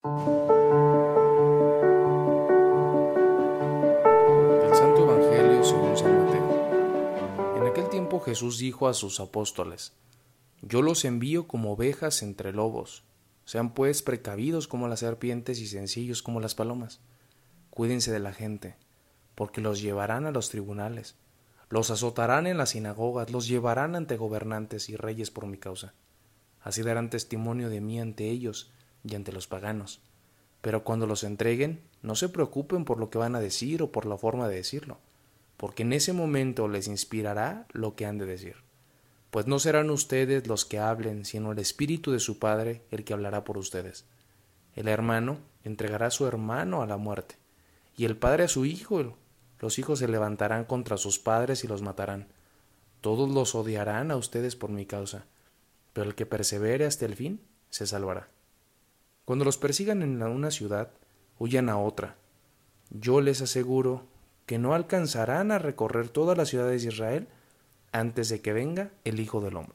Del Santo Evangelio según San Mateo. En aquel tiempo Jesús dijo a sus apóstoles: Yo los envío como ovejas entre lobos. Sean pues precavidos como las serpientes y sencillos como las palomas. Cuídense de la gente, porque los llevarán a los tribunales, los azotarán en las sinagogas, los llevarán ante gobernantes y reyes por mi causa. Así darán testimonio de mí ante ellos y ante los paganos. Pero cuando los entreguen, no se preocupen por lo que van a decir o por la forma de decirlo, porque en ese momento les inspirará lo que han de decir. Pues no serán ustedes los que hablen, sino el Espíritu de su Padre el que hablará por ustedes. El hermano entregará a su hermano a la muerte, y el padre a su hijo. Los hijos se levantarán contra sus padres y los matarán. Todos los odiarán a ustedes por mi causa, pero el que persevere hasta el fin se salvará. Cuando los persigan en una ciudad, huyan a otra. Yo les aseguro que no alcanzarán a recorrer todas las ciudades de Israel antes de que venga el Hijo del Hombre.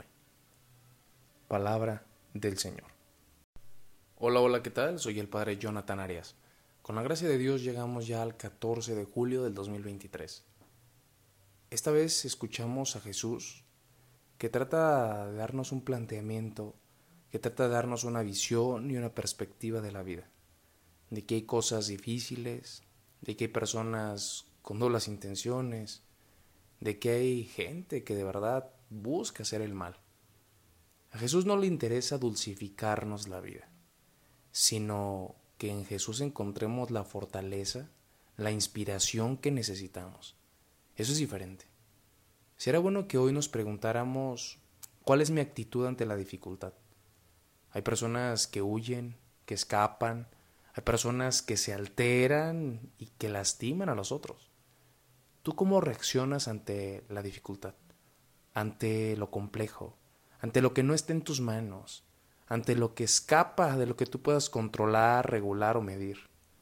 Palabra del Señor. Hola, ¿qué tal? Soy el Padre Jonathan Arias. Con la gracia de Dios llegamos ya al 14 de julio del 2023. Esta vez escuchamos a Jesús que trata de darnos un planteamiento, que trata de darnos una visión y una perspectiva de la vida, de que hay cosas difíciles, de que hay personas con dobles intenciones, de que hay gente que de verdad busca hacer el mal. A Jesús no le interesa dulcificarnos la vida, sino que en Jesús encontremos la fortaleza, la inspiración que necesitamos. Eso es diferente. Sería bueno que hoy nos preguntáramos: ¿cuál es mi actitud ante la dificultad? Hay personas que huyen, que escapan, hay personas que se alteran y que lastiman a los otros. ¿Tú cómo reaccionas ante la dificultad? Ante lo complejo, ante lo que no está en tus manos, ante lo que escapa de lo que tú puedas controlar, regular o medir.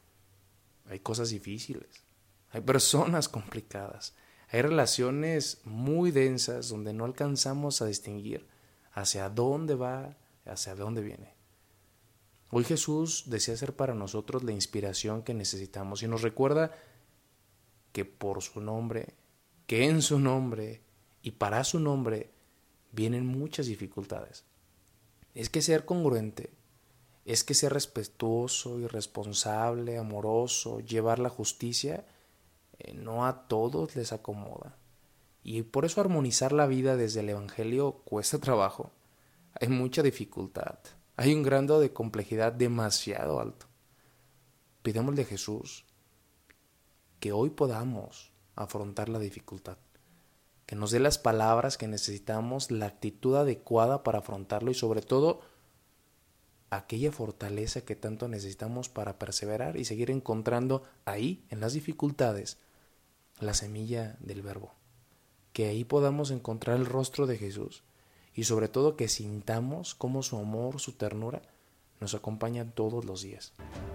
Hay cosas difíciles, hay personas complicadas, hay relaciones muy densas donde no alcanzamos a distinguir hacia dónde va, hacia dónde viene. Hoy Jesús desea ser para nosotros la inspiración que necesitamos y nos recuerda que por su nombre, que en su nombre y para su nombre vienen muchas dificultades. Es que ser congruente, es que ser respetuoso y responsable, amoroso, llevar la justicia, no a todos les acomoda. Y por eso armonizar la vida desde el Evangelio cuesta trabajo. Hay mucha dificultad, hay un grado de complejidad demasiado alto. Pidémosle a Jesús que hoy podamos afrontar la dificultad, que nos dé las palabras que necesitamos, la actitud adecuada para afrontarlo y sobre todo aquella fortaleza que tanto necesitamos para perseverar y seguir encontrando ahí, en las dificultades, la semilla del Verbo. Que ahí podamos encontrar el rostro de Jesús y sobre todo que sintamos cómo su amor, su ternura nos acompaña todos los días.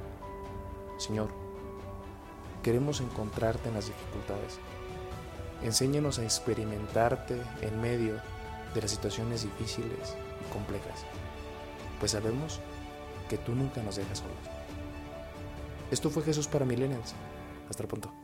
Señor, queremos encontrarte en las dificultades. Enséñanos a experimentarte en medio de las situaciones difíciles y complejas, pues sabemos que tú nunca nos dejas solos. Esto fue Jesús para Millennials. Hasta pronto.